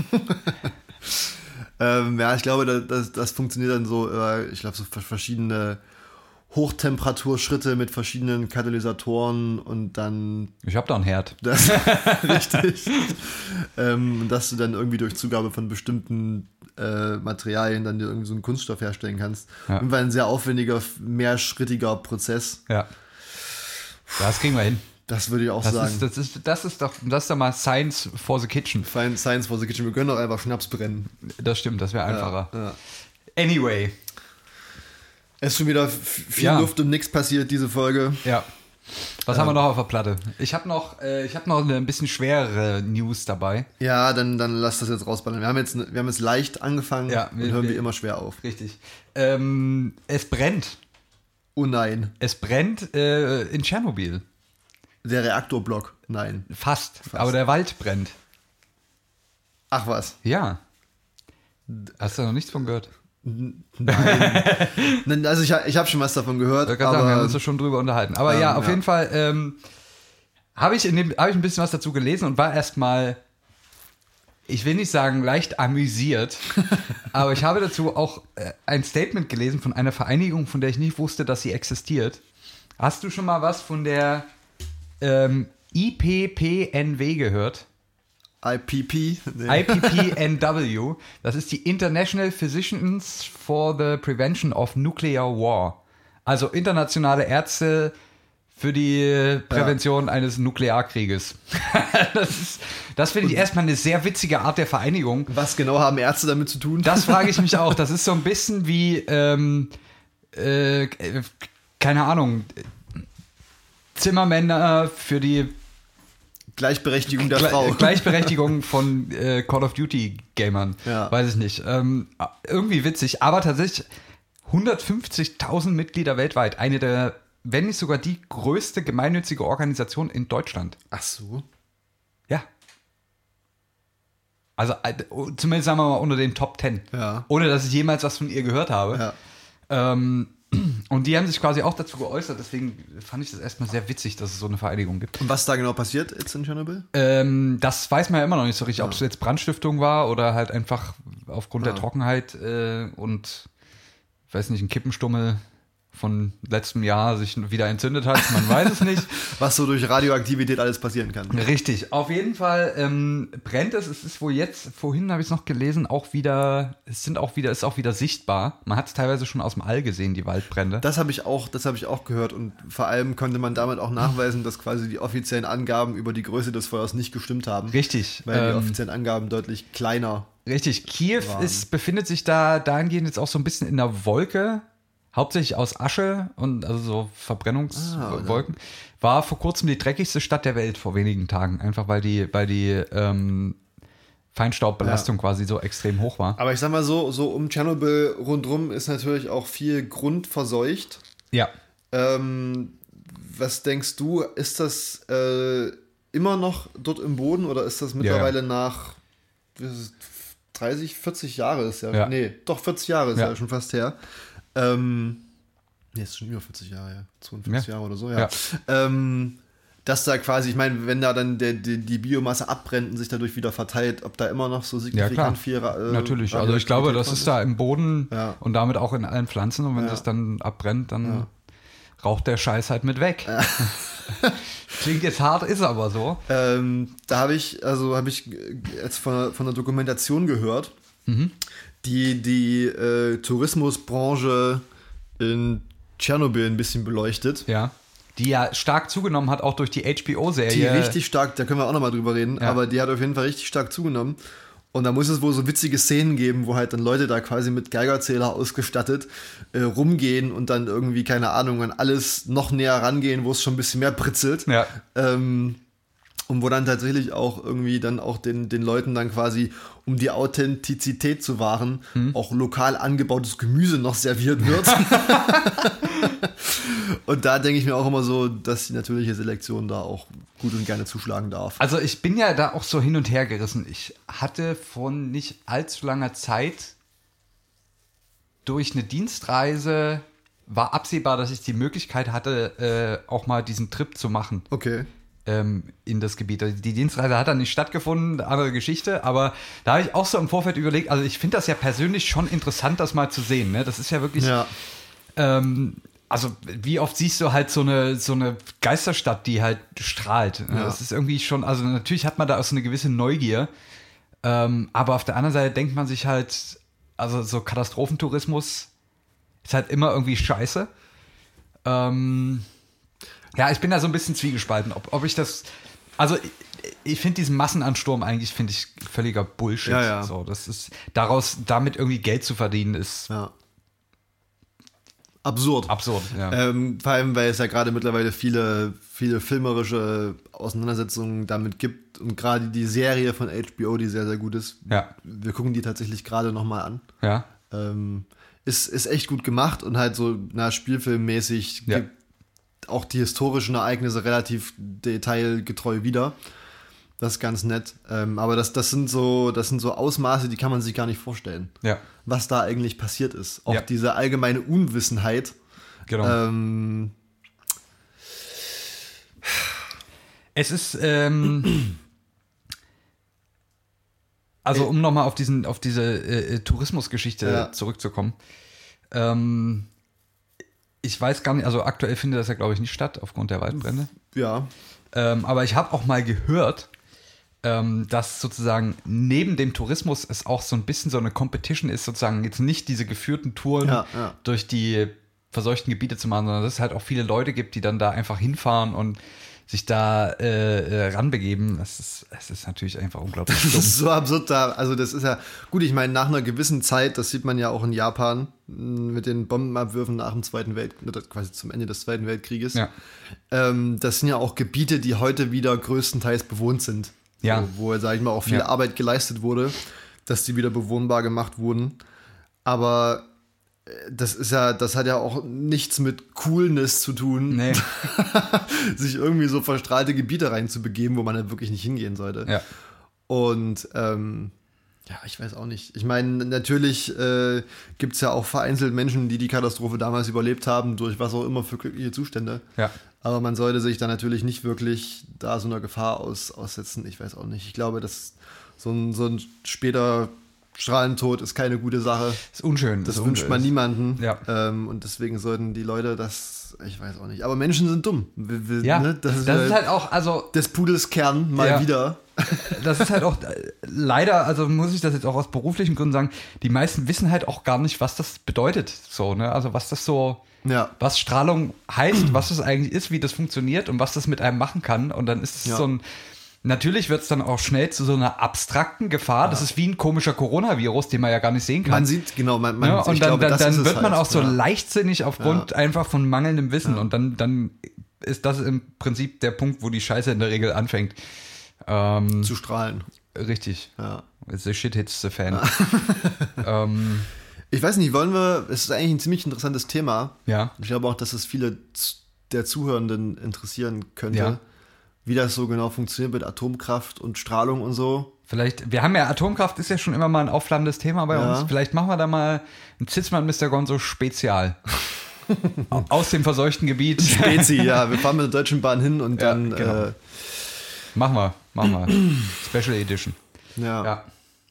Ich glaube, das funktioniert dann so, ich glaube, so verschiedene Hochtemperaturschritte mit verschiedenen Katalysatoren und dann... Ich habe da einen Herd. Richtig. Dass du dann irgendwie durch Zugabe von bestimmten Materialien dann dir irgendwie so einen Kunststoff herstellen kannst. Ja. Irgendwie ein sehr aufwendiger, mehrschrittiger Prozess. Ja. Das kriegen wir hin. Das würde ich auch sagen. Das ist doch mal Science for the Kitchen. Science for the Kitchen. Wir können doch einfach Schnaps brennen. Das stimmt, das wäre einfacher. Ja. Anyway. Es ist schon wieder viel Luft und nichts passiert, diese Folge. Ja. Was haben wir noch auf der Platte? Ich habe noch ein bisschen schwerere News dabei. Ja, dann lass das jetzt rausballern. Wir haben jetzt leicht angefangen und hören wie immer schwer auf. Richtig. Es brennt. Oh nein. Es brennt in Tschernobyl. Der Reaktorblock, nein. Fast, aber der Wald brennt. Ach was. Ja. Hast du noch nichts von gehört? Nein. Also ich habe schon was davon gehört. Wir haben uns schon drüber unterhalten. Aber auf jeden Fall habe ich ein bisschen was dazu gelesen und war erstmal, ich will nicht sagen leicht amüsiert, aber ich habe dazu auch ein Statement gelesen von einer Vereinigung, von der ich nicht wusste, dass sie existiert. Hast du schon mal was von der IPPNW gehört? IPP? Nee. IPPNW, das ist die International Physicians for the Prevention of Nuclear War. Also internationale für die Prävention eines Nuklearkrieges. Das finde ich erstmal eine sehr witzige Art der Vereinigung. Was genau haben Ärzte damit zu tun? Das frage ich mich auch. Das ist so ein bisschen wie, keine Ahnung, Zimmermänner für die Gleichberechtigung der Frau. Gleichberechtigung von Call of Duty Gamern. Ja. Weiß ich nicht. Irgendwie witzig, aber tatsächlich 150.000 Mitglieder weltweit. Eine der, wenn nicht sogar die größte gemeinnützige Organisation in Deutschland. Ach so. Ja. Also zumindest sagen wir mal unter den Top 10. Ja. Ohne dass ich jemals was von ihr gehört habe. Ja. Und die haben sich quasi auch dazu geäußert. Deswegen fand ich das erstmal sehr witzig, dass es so eine Vereinigung gibt. Und was da genau passiert jetzt in Tschernobyl? Das weiß man ja immer noch nicht so richtig, ob es jetzt Brandstiftung war oder halt einfach aufgrund der Trockenheit und, ich weiß nicht, ein Kippenstummel von letztem Jahr sich wieder entzündet hat. Man weiß es nicht. Was so durch Radioaktivität alles passieren kann. Richtig. Auf jeden Fall brennt es. Es ist wohl jetzt, vorhin habe ich es noch gelesen, ist auch wieder sichtbar. Man hat es teilweise schon aus dem All gesehen, die Waldbrände. Das habe ich auch gehört und vor allem konnte man damit auch nachweisen, dass quasi die offiziellen Angaben über die Größe des Feuers nicht gestimmt haben. Richtig. Weil die offiziellen Angaben deutlich kleiner Richtig. Kiew befindet sich dahingehend jetzt auch so ein bisschen in der Wolke. Hauptsächlich aus Asche und also so Verbrennungswolken. War vor kurzem die dreckigste Stadt der Welt vor wenigen Tagen. Einfach weil die Feinstaubbelastung quasi so extrem hoch war. Aber ich sag mal so um Tschernobyl rundrum ist natürlich auch viel Grund verseucht. Ja. Was denkst du, ist das immer noch dort im Boden oder ist das mittlerweile nach 30, 40 Jahre ist ja. Nee, doch 40 Jahre ist ja schon fast her. Ist schon über 40 Jahre, ja. 42 Jahre oder so, ja. Dass da quasi, ich meine, wenn da dann die Biomasse abbrennt und sich dadurch wieder verteilt, ob da immer noch so signifikant viel natürlich, also ich glaube, das ist da im Boden und damit auch in allen Pflanzen und wenn das dann abbrennt, dann raucht der Scheiß halt mit weg. Klingt jetzt hart, ist aber so. Da habe ich jetzt von der Dokumentation gehört, die Tourismusbranche in Tschernobyl ein bisschen beleuchtet. Ja. Die ja stark zugenommen hat, auch durch die HBO-Serie. Die richtig stark, da können wir auch nochmal drüber reden, aber die hat auf jeden Fall richtig stark zugenommen. Und da muss es wohl so witzige Szenen geben, wo halt dann Leute da quasi mit Geigerzähler ausgestattet rumgehen und dann irgendwie, keine Ahnung, an alles noch näher rangehen, wo es schon ein bisschen mehr britzelt. Ja. Und wo dann tatsächlich auch irgendwie dann auch den Leuten dann quasi, um die Authentizität zu wahren, auch lokal angebautes Gemüse noch serviert wird. Und da denke ich mir auch immer so, dass die natürliche Selektion da auch gut und gerne zuschlagen darf. Also ich bin ja da auch so hin und her gerissen. Ich hatte von nicht allzu langer Zeit durch eine Dienstreise, war absehbar, dass ich die Möglichkeit hatte, auch mal diesen Trip zu machen. Okay. In das Gebiet. Die Dienstreise hat dann nicht stattgefunden, andere Geschichte, aber da habe ich auch so im Vorfeld überlegt, also ich finde das ja persönlich schon interessant, das mal zu sehen. Ne? Das ist ja wirklich, also wie oft siehst du halt so eine Geisterstadt, die halt strahlt. Ne? Ja. Das ist irgendwie schon, also natürlich hat man da auch so eine gewisse Neugier, aber auf der anderen Seite denkt man sich halt, also so Katastrophentourismus ist halt immer irgendwie scheiße. Ja, ich bin da so ein bisschen zwiegespalten, ob ich das, also ich finde diesen Massenansturm eigentlich, finde ich völliger Bullshit. Ja. So, das ist, damit irgendwie Geld zu verdienen, ist absurd. Ja. Vor allem, weil es ja gerade mittlerweile viele filmerische Auseinandersetzungen damit gibt und gerade die Serie von HBO, die sehr, sehr gut ist. Ja. Wir gucken die tatsächlich gerade nochmal an. Ja. Ist echt gut gemacht und halt so spielfilmmäßig gibt auch die historischen Ereignisse relativ detailgetreu wieder. Das ist ganz nett. Aber das sind so Ausmaße, die kann man sich gar nicht vorstellen. Ja. Was da eigentlich passiert ist. Auch diese allgemeine Unwissenheit. Genau. Es ist, also um nochmal auf diese Tourismusgeschichte zurückzukommen. Ich weiß gar nicht, also aktuell findet das ja, glaube ich, nicht statt, aufgrund der Waldbrände. Ja. Aber ich habe auch mal gehört, dass sozusagen neben dem Tourismus es auch so ein bisschen so eine Competition ist, sozusagen jetzt nicht diese geführten Touren durch die verseuchten Gebiete zu machen, sondern dass es halt auch viele Leute gibt, die dann da einfach hinfahren und sich da ranbegeben, es ist natürlich einfach unglaublich dumm. Das ist so absurd da. Also das ist ja, gut, ich meine, nach einer gewissen Zeit, das sieht man ja auch in Japan mit den Bombenabwürfen nach dem Zweiten Weltkrieg, quasi zum Ende des Zweiten Weltkrieges. Ja. Das sind ja auch Gebiete, die heute wieder größtenteils bewohnt sind. Ja. So, wo, sag ich mal, auch viel Arbeit geleistet wurde, dass die wieder bewohnbar gemacht wurden. Aber das hat ja auch nichts mit Coolness zu tun, Nee. sich irgendwie so verstrahlte Gebiete reinzubegeben, wo man halt wirklich nicht hingehen sollte. Ja. Und ja, ich weiß auch nicht. Ich meine, natürlich gibt es ja auch vereinzelt Menschen, die Katastrophe damals überlebt haben, durch was auch immer für glückliche Zustände. Ja. Aber man sollte sich da natürlich nicht wirklich da so einer Gefahr aussetzen. Ich weiß auch nicht. Ich glaube, dass so ein später Strahlentod ist keine gute Sache. Ist unschön. Das wünscht man niemanden. Ja. Und deswegen sollten die Leute ich weiß auch nicht. Aber Menschen sind dumm. Ja, ne? das ist halt auch, also des Pudels Kern mal wieder. Das ist halt auch leider, also muss ich das jetzt auch aus beruflichen Gründen sagen, die meisten wissen halt auch gar nicht, was das bedeutet. So, ne? Also was das so, was Strahlung heißt, was das eigentlich ist, wie das funktioniert und was das mit einem machen kann. Und dann ist es so ein, natürlich wird es dann auch schnell zu so einer abstrakten Gefahr. Das ist wie ein komischer Coronavirus, den man ja gar nicht sehen kann. Man sieht, genau, und dann wird man auch so leichtsinnig aufgrund einfach von mangelndem Wissen. Und dann ist das im Prinzip der Punkt, wo die Scheiße in der Regel anfängt. Zu strahlen. Richtig. Ja. The shit hits the fan. Ich weiß nicht, es ist eigentlich ein ziemlich interessantes Thema. Ja. Ich glaube auch, dass es viele der Zuhörenden interessieren könnte, wie das so genau funktioniert mit Atomkraft und Strahlung und so. Vielleicht, wir haben ja, Atomkraft ist ja schon immer mal ein aufflammendes Thema bei uns. Vielleicht machen wir da mal ein Zitzmann Mr. Gonzo Spezial. Aus dem verseuchten Gebiet. Spezi, ja. Wir fahren mit der Deutschen Bahn hin und dann... Genau. Machen wir. Special Edition. Ja.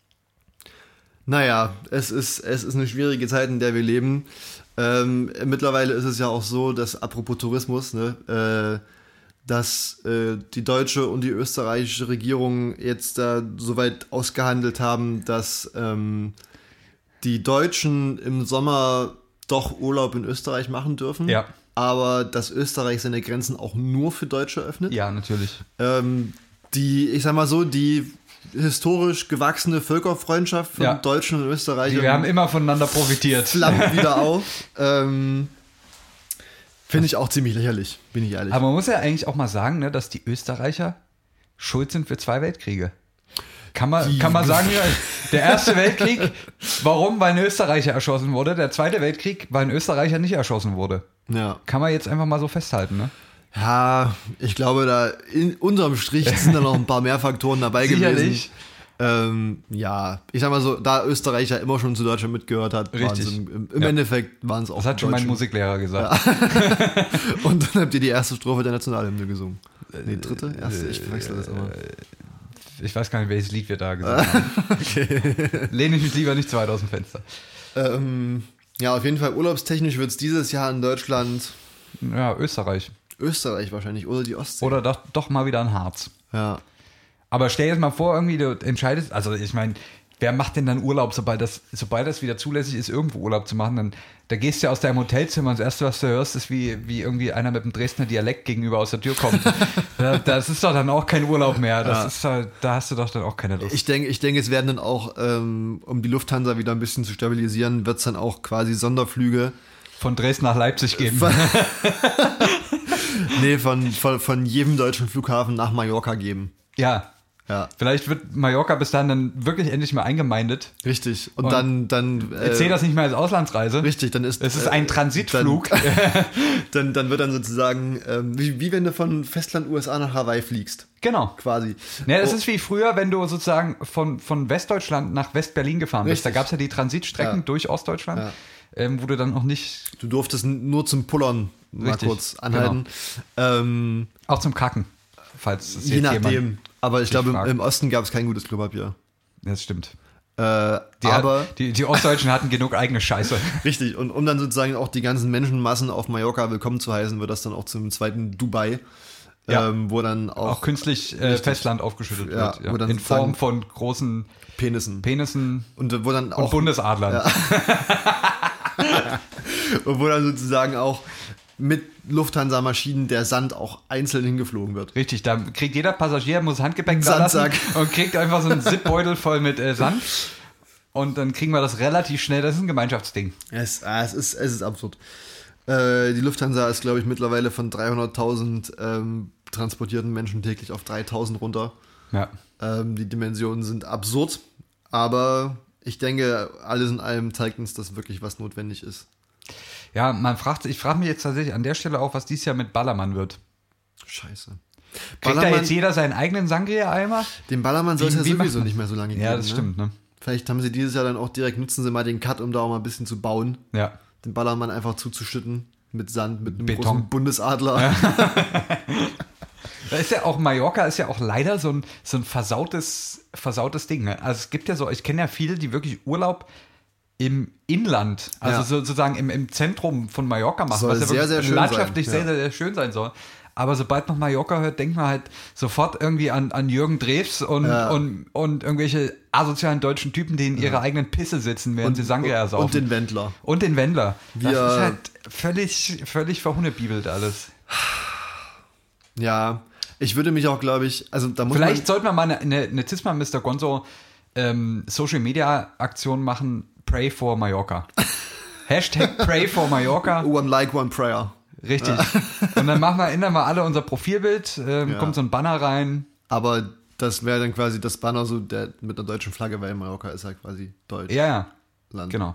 Naja, es ist eine schwierige Zeit, in der wir leben. Mittlerweile ist es ja auch so, dass, apropos Tourismus, ne, dass die deutsche und die österreichische Regierung jetzt da soweit ausgehandelt haben, dass die Deutschen im Sommer doch Urlaub in Österreich machen dürfen. Ja. Aber dass Österreich seine Grenzen auch nur für Deutsche öffnet. Ja, natürlich. Ich sag mal so, die historisch gewachsene Völkerfreundschaft von Deutschen und Österreichern. Wir haben immer voneinander profitiert. Flammt wieder auf. Finde ich auch ziemlich lächerlich, bin ich ehrlich. Aber man muss ja eigentlich auch mal sagen, ne, dass die Österreicher schuld sind für 2 Weltkriege. Kann man sagen, der Erste Weltkrieg, warum? Weil ein Österreicher erschossen wurde. Der Zweite Weltkrieg, weil ein Österreicher nicht erschossen wurde. Ja. Kann man jetzt einfach mal so festhalten, ne? Ja, ich glaube, unterm Strich sind da noch ein paar mehr Faktoren dabei Sicherlich. gewesen. Ja, ich sag mal so, da Österreich ja immer schon zu Deutschland mitgehört hat, im Endeffekt waren es auch Das hat schon mein Musiklehrer gesagt. Ja. Und dann habt ihr die erste Strophe der Nationalhymne gesungen. Nee, dritte? Erste? Ich verwechsel das immer. Ich weiß gar nicht, welches Lied wir da gesagt haben. Okay. Lehne ich mich lieber nicht zu weit aus dem Fenster. Ja, auf jeden Fall urlaubstechnisch wird es dieses Jahr in Deutschland... Ja, Österreich wahrscheinlich, oder die Ostsee. Oder doch mal wieder ein Harz. Ja. Aber stell dir mal vor, irgendwie du entscheidest, also ich meine, wer macht denn dann Urlaub, sobald das wieder zulässig ist, irgendwo Urlaub zu machen, da gehst du ja aus deinem Hotelzimmer und das Erste, was du hörst, ist, wie irgendwie einer mit einem Dresdner Dialekt gegenüber aus der Tür kommt. Das ist doch dann auch kein Urlaub mehr. Da hast du doch dann auch keine Lust. Ich denke, es werden dann auch, um die Lufthansa wieder ein bisschen zu stabilisieren, wird es dann auch quasi Sonderflüge von Dresden nach Leipzig geben. Nee, von jedem deutschen Flughafen nach Mallorca geben. Ja. Vielleicht wird Mallorca bis dahin dann wirklich endlich mal eingemeindet. Richtig. Und dann erzähl das nicht mehr als Auslandsreise. Richtig, dann ist... Es ist ein Transitflug. Dann wird dann sozusagen, wie wenn du von Festland USA nach Hawaii fliegst. Genau. Quasi. Ja, das ist wie früher, wenn du sozusagen von Westdeutschland nach West-Berlin gefahren bist. Da gab es ja die Transitstrecken durch Ostdeutschland. Ja. Wo du dann noch nicht... Du durftest nur zum Pullern mal kurz anhalten. Genau. Auch zum Kacken, falls es je nachdem. Aber ich glaube, im Osten gab es kein gutes Klopapier. Das stimmt. Die Ostdeutschen hatten genug eigene Scheiße. Richtig. Und um dann sozusagen auch die ganzen Menschenmassen auf Mallorca willkommen zu heißen, wird das dann auch zum zweiten Dubai. Wo dann auch künstlich Festland aufgeschüttet wird. Wo dann in Form von großen Penissen und wo dann auch Bundesadlern. Ja. Und wo dann sozusagen auch mit Lufthansa-Maschinen der Sand auch einzeln hingeflogen wird. Richtig, da kriegt jeder Passagier, muss Handgepäck da lassen und kriegt einfach so einen Zipbeutel voll mit Sand. Und dann kriegen wir das relativ schnell. Das ist ein Gemeinschaftsding. Es ist absurd. Die Lufthansa ist, glaube ich, mittlerweile von 300.000 transportierten Menschen täglich auf 3.000 runter. Ja. Die Dimensionen sind absurd, aber ich denke, alles in allem zeigt uns, dass wirklich was notwendig ist. Ja, ich frage mich jetzt tatsächlich an der Stelle auch, was dieses Jahr mit Ballermann wird. Scheiße. Kriegt da jetzt jeder seinen eigenen Sangria-Eimer? Den Ballermann soll es ja sowieso nicht mehr so lange geben. Ja, das stimmt, ne? Vielleicht haben sie dieses Jahr dann auch direkt, nutzen sie mal den Cut, um da auch mal ein bisschen zu bauen. Ja. Den Ballermann einfach zuzuschütten mit Sand, mit einem Beton. großen Bundesadler. Ja. Da ist ja auch, Mallorca ist ja auch leider so ein versautes Ding. Ne? Also es gibt ja so, ich kenne ja viele, die wirklich Urlaub im Inland, also sozusagen im Zentrum von Mallorca machen, soll was ja sehr, sehr schön landschaftlich sein. Sehr, sehr schön sein soll. Aber sobald man Mallorca hört, denkt man halt sofort irgendwie an Jürgen Drews und irgendwelche asozialen deutschen Typen, die in ihrer eigenen Pisse sitzen, während sie Sangria saufen. Und den Wendler. Das ist halt völlig verhunnebiebelt alles. Ja, ich würde mich auch, glaube ich, also da muss Vielleicht sollten wir mal eine Tisma Mr. Gonzo Social Media Aktion machen, Pray for Mallorca. Hashtag Pray for Mallorca. One like, one prayer. Richtig. Und dann ändern wir alle unser Profilbild, kommt so ein Banner rein. Aber das wäre dann quasi das Banner so mit einer deutschen Flagge, weil Mallorca ist ja quasi deutsch. Ja. Land. Genau.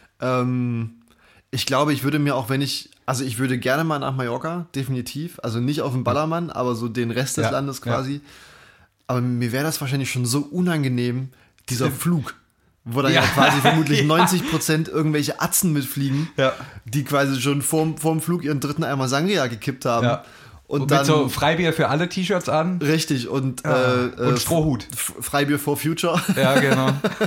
Ich glaube, ich würde mir auch, ich würde gerne mal nach Mallorca, definitiv. Also nicht auf den Ballermann, aber so den Rest des Landes quasi. Ja. Aber mir wäre das wahrscheinlich schon so unangenehm, dieser Flug. Wo dann ja quasi vermutlich 90% irgendwelche Atzen mitfliegen, die quasi schon vorm Flug ihren dritten Eimer Sangria gekippt haben. Ja. Und dann mit so Freibier für alle T-Shirts an. Richtig, und Strohhut. Freibier for Future. Ja, genau.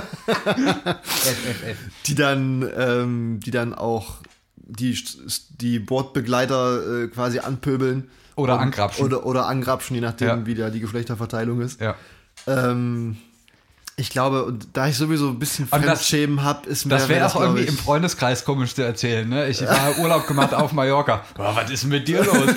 Die dann auch die Bordbegleiter quasi anpöbeln. Oder angrapschen. Oder angrapschen, je nachdem, wie da die Geschlechterverteilung ist. Ja. Ich glaube, und da ich sowieso ein bisschen Fremdschämen habe, ist mir das wäre auch irgendwie im Freundeskreis komisch zu erzählen, ne? Ich habe Urlaub gemacht auf Mallorca. Boah, was ist denn mit dir los?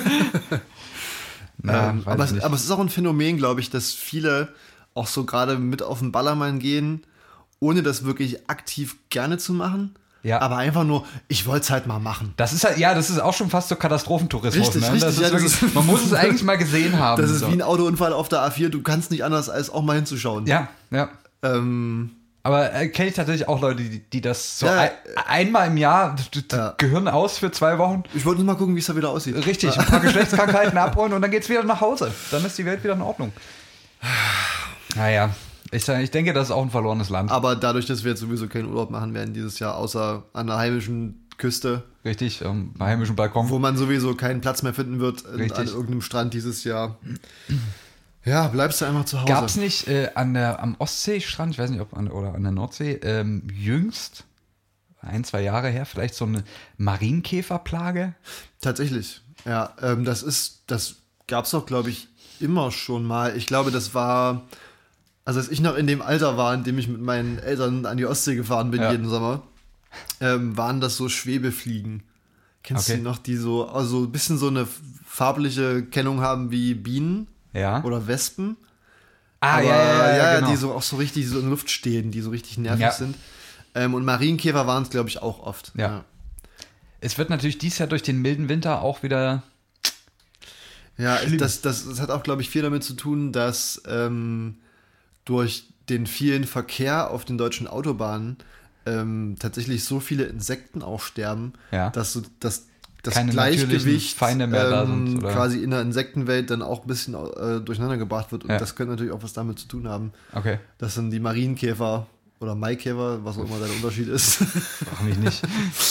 Aber es ist auch ein Phänomen, glaube ich, dass viele auch so gerade mit auf den Ballermann gehen, ohne das wirklich aktiv gerne zu machen. Ja. Aber einfach nur, ich wollte es halt mal machen. Das ist das ist auch schon fast so Katastrophentourismus. Richtig, ne? richtig. Das ist man muss es eigentlich mal gesehen haben. Das ist wie ein Autounfall auf der A4, du kannst nicht anders, als auch mal hinzuschauen. Ja. Aber kenne ich tatsächlich auch Leute, die das so einmal im Jahr Gehirn aus für 2 Wochen. Ich wollte nur mal gucken, wie es da wieder aussieht. Richtig, ein paar Geschlechtskrankheiten abholen und dann geht's wieder nach Hause. Dann ist die Welt wieder in Ordnung. Naja, ich denke, das ist auch ein verlorenes Land. Aber dadurch, dass wir jetzt sowieso keinen Urlaub machen werden dieses Jahr, außer an der heimischen Küste. Richtig, am heimischen Balkon. Wo man sowieso keinen Platz mehr finden wird an irgendeinem Strand dieses Jahr. Ja, bleibst du einfach zu Hause. Gab es nicht am Ostseestrand, ich weiß nicht, ob oder an der Nordsee, jüngst, 1-2 Jahre her, vielleicht so eine Marienkäferplage? Tatsächlich, ja. Das gab es doch, glaube ich, immer schon mal. Ich glaube, das war, also als ich noch in dem Alter war, in dem ich mit meinen Eltern an die Ostsee gefahren bin jeden Sommer, waren das so Schwebefliegen. Kennst du die noch, die so, also ein bisschen so eine farbliche Kennung haben wie Bienen? Ja. Oder Wespen. Aber, genau. Die so auch so richtig so in der Luft stehen, die so richtig nervig sind. Und Marienkäfer waren es, glaube ich, auch oft. Ja. Es wird natürlich dieses Jahr durch den milden Winter auch wieder. Ja, das hat auch, glaube ich, viel damit zu tun, dass durch den vielen Verkehr auf den deutschen Autobahnen tatsächlich so viele Insekten auch sterben, dass das keine Gleichgewicht Feinde mehr da sind, oder? Quasi in der Insektenwelt dann auch ein bisschen durcheinander gebracht wird. Und das könnte natürlich auch was damit zu tun haben. Okay. Dass dann die Marienkäfer oder Maikäfer, was auch immer der Unterschied ist, frag mich nicht,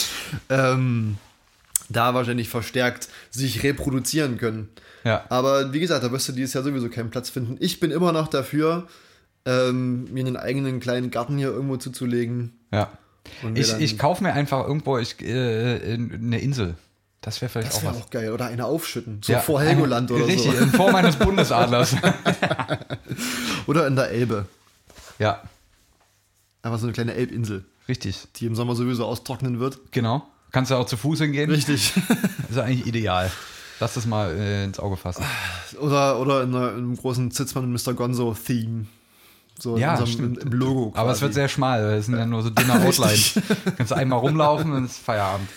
da wahrscheinlich verstärkt sich reproduzieren können. Ja. Aber wie gesagt, da wirst du dieses Jahr sowieso keinen Platz finden. Ich bin immer noch dafür, mir einen eigenen kleinen Garten hier irgendwo zuzulegen. Ja. Ich kaufe mir einfach irgendwo eine Insel. Das wäre vielleicht das wär auch geil. Oder eine aufschütten. So ja, vor Helgoland oder richtig, so. Richtig, in Form eines Bundesadlers. Oder in der Elbe. Ja. Einfach so eine kleine Elbinsel. Richtig. Die im Sommer sowieso austrocknen wird. Genau. Kannst du auch zu Fuß hingehen. Richtig. Ist ja eigentlich ideal. Lass das mal ins Auge fassen. Oder in einem großen Zitzmann und Mr. Gonzo-Theme. So im Logo quasi. Aber es wird sehr schmal. Es sind ja nur so dünne Outlines. Kannst du einmal rumlaufen und es ist Feierabend.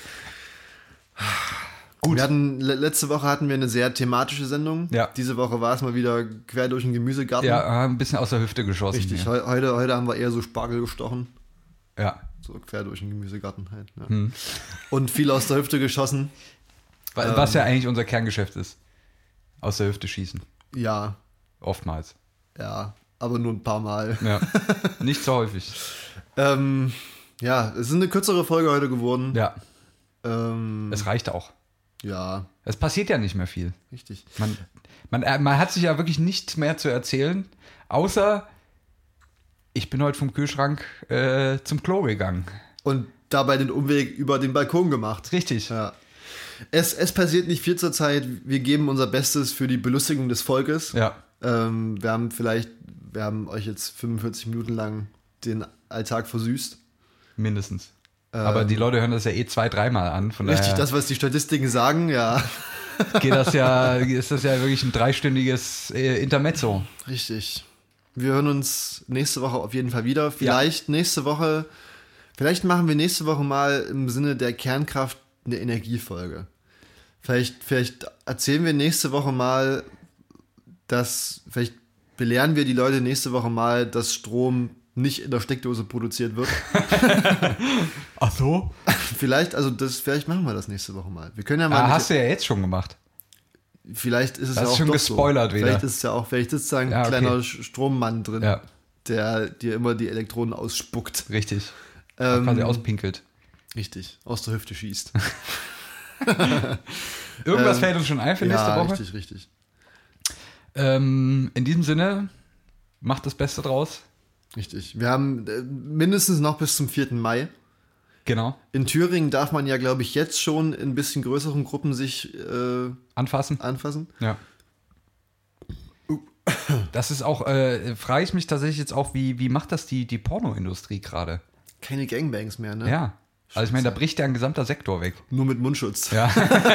Gut. Letzte Woche hatten wir eine sehr thematische Sendung. Ja. Diese Woche war es mal wieder quer durch den Gemüsegarten. Ja, ein bisschen aus der Hüfte geschossen. Richtig. Heute haben wir eher so Spargel gestochen. Ja. So quer durch den Gemüsegarten halt. Ja. Und viel aus der Hüfte geschossen. Was ja eigentlich unser Kerngeschäft ist. Aus der Hüfte schießen. Ja. Oftmals. Ja, aber nur ein paar Mal. Ja. Nicht so häufig. Ja, es ist eine kürzere Folge heute geworden. Ja. Es reicht auch. Ja. Es passiert ja nicht mehr viel. Richtig. Man hat sich ja wirklich nichts mehr zu erzählen, außer ich bin heute vom Kühlschrank zum Klo gegangen. Und dabei den Umweg über den Balkon gemacht. Richtig. Ja. Es passiert nicht viel zur Zeit. Wir geben unser Bestes für die Belustigung des Volkes. Ja. Wir haben euch jetzt 45 Minuten lang den Alltag versüßt. Mindestens. Aber die Leute hören das ja 2-3 Mal an. Von richtig, daher das, was die Statistiken sagen, ja. Ist das ja wirklich ein 3-stündiges Intermezzo. Richtig. Wir hören uns nächste Woche auf jeden Fall wieder. Vielleicht machen wir nächste Woche mal im Sinne der Kernkraft eine Energiefolge. Vielleicht erzählen wir nächste Woche mal, vielleicht belehren wir die Leute nächste Woche mal, dass Strom nicht in der Steckdose produziert wird. Ach so? Vielleicht machen wir das nächste Woche mal. Wir können ja mal. Hast du ja jetzt schon gemacht. Vielleicht ist es das ja auch ist schon doch gespoilert so. wieder. Vielleicht ist da ein kleiner Strommann drin, der dir immer die Elektronen ausspuckt. Richtig. Quasi auspinkelt. Richtig. Aus der Hüfte schießt. Irgendwas fällt uns schon ein für nächste Woche. Richtig. In diesem Sinne, macht das Beste draus. Richtig. Wir haben mindestens noch bis zum 4. Mai. Genau. In Thüringen darf man ja, glaube ich, jetzt schon in ein bisschen größeren Gruppen sich anfassen. Ja. Das ist auch, frage ich mich tatsächlich jetzt auch, wie macht das die Pornoindustrie gerade? Keine Gangbangs mehr, ne? Ja. Also ich meine, da bricht ja ein gesamter Sektor weg. Nur mit Mundschutz. Ja.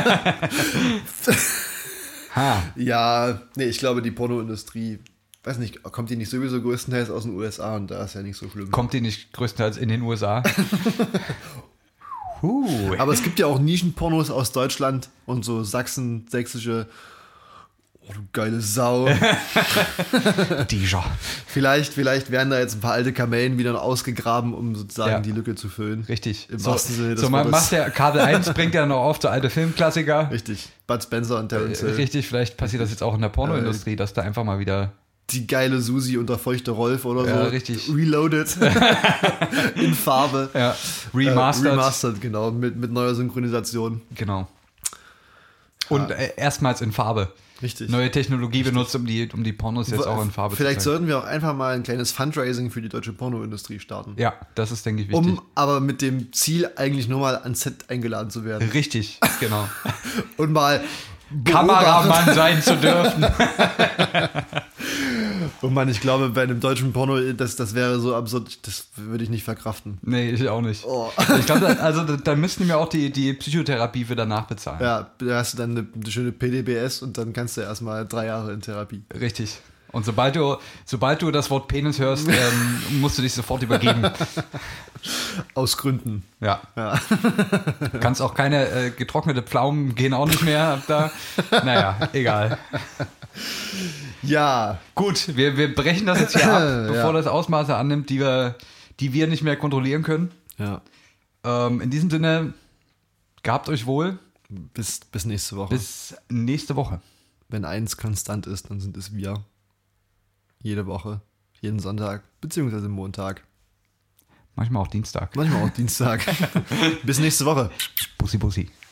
Ja, nee, ich glaube, die Pornoindustrie, weiß nicht, kommt die nicht sowieso größtenteils aus den USA und da ist ja nicht so schlimm. Kommt die nicht größtenteils in den USA? Aber es gibt ja auch Nischenpornos aus Deutschland und so sächsische, oh du geile Sau. Dieser. Vielleicht werden da jetzt ein paar alte Kamellen wieder ausgegraben, um sozusagen die Lücke zu füllen. Richtig. Im wahrsten Sinne des Wortes. Man macht ja, Kabel 1 bringt ja noch auf zu alte Filmklassiker. Richtig. Bud Spencer und Terence Hill. Richtig, vielleicht passiert das jetzt auch in der Pornoindustrie, dass da einfach mal wieder die geile Susi und der feuchte Rolf oder so. Ja, richtig. Reloaded. In Farbe. Ja. Remastered, genau. Mit neuer Synchronisation. Genau. Und erstmals in Farbe. Richtig. Neue Technologie benutzt, um die Pornos jetzt auch in Farbe zu zeigen. Vielleicht sollten wir auch einfach mal ein kleines Fundraising für die deutsche Pornoindustrie starten. Ja, das ist, denke ich, wichtig. Aber mit dem Ziel, eigentlich nur mal ans Set eingeladen zu werden. Richtig, genau. Und mal Kameramann sein zu dürfen. Und man, ich glaube, bei einem deutschen Porno, das wäre so absurd, das würde ich nicht verkraften. Nee, ich auch nicht. Oh. Ich glaube, also da müssten die mir auch die Psychotherapie für danach bezahlen. Ja, da hast du dann eine schöne PDBS und dann kannst du erstmal 3 Jahre in Therapie. Richtig. Und sobald du das Wort Penis hörst, musst du dich sofort übergeben. Aus Gründen. Ja. Du kannst auch keine getrocknete Pflaumen gehen auch nicht mehr da. Naja, egal. Ja. Gut, wir brechen das jetzt hier ab, bevor das Ausmaße annimmt, die wir nicht mehr kontrollieren können. Ja. In diesem Sinne, gehabt euch wohl. Bis nächste Woche. Bis nächste Woche. Wenn eins konstant ist, dann sind es wir. Jede Woche, jeden Sonntag, beziehungsweise Montag. Manchmal auch Dienstag. Bis nächste Woche. Bussi, bussi.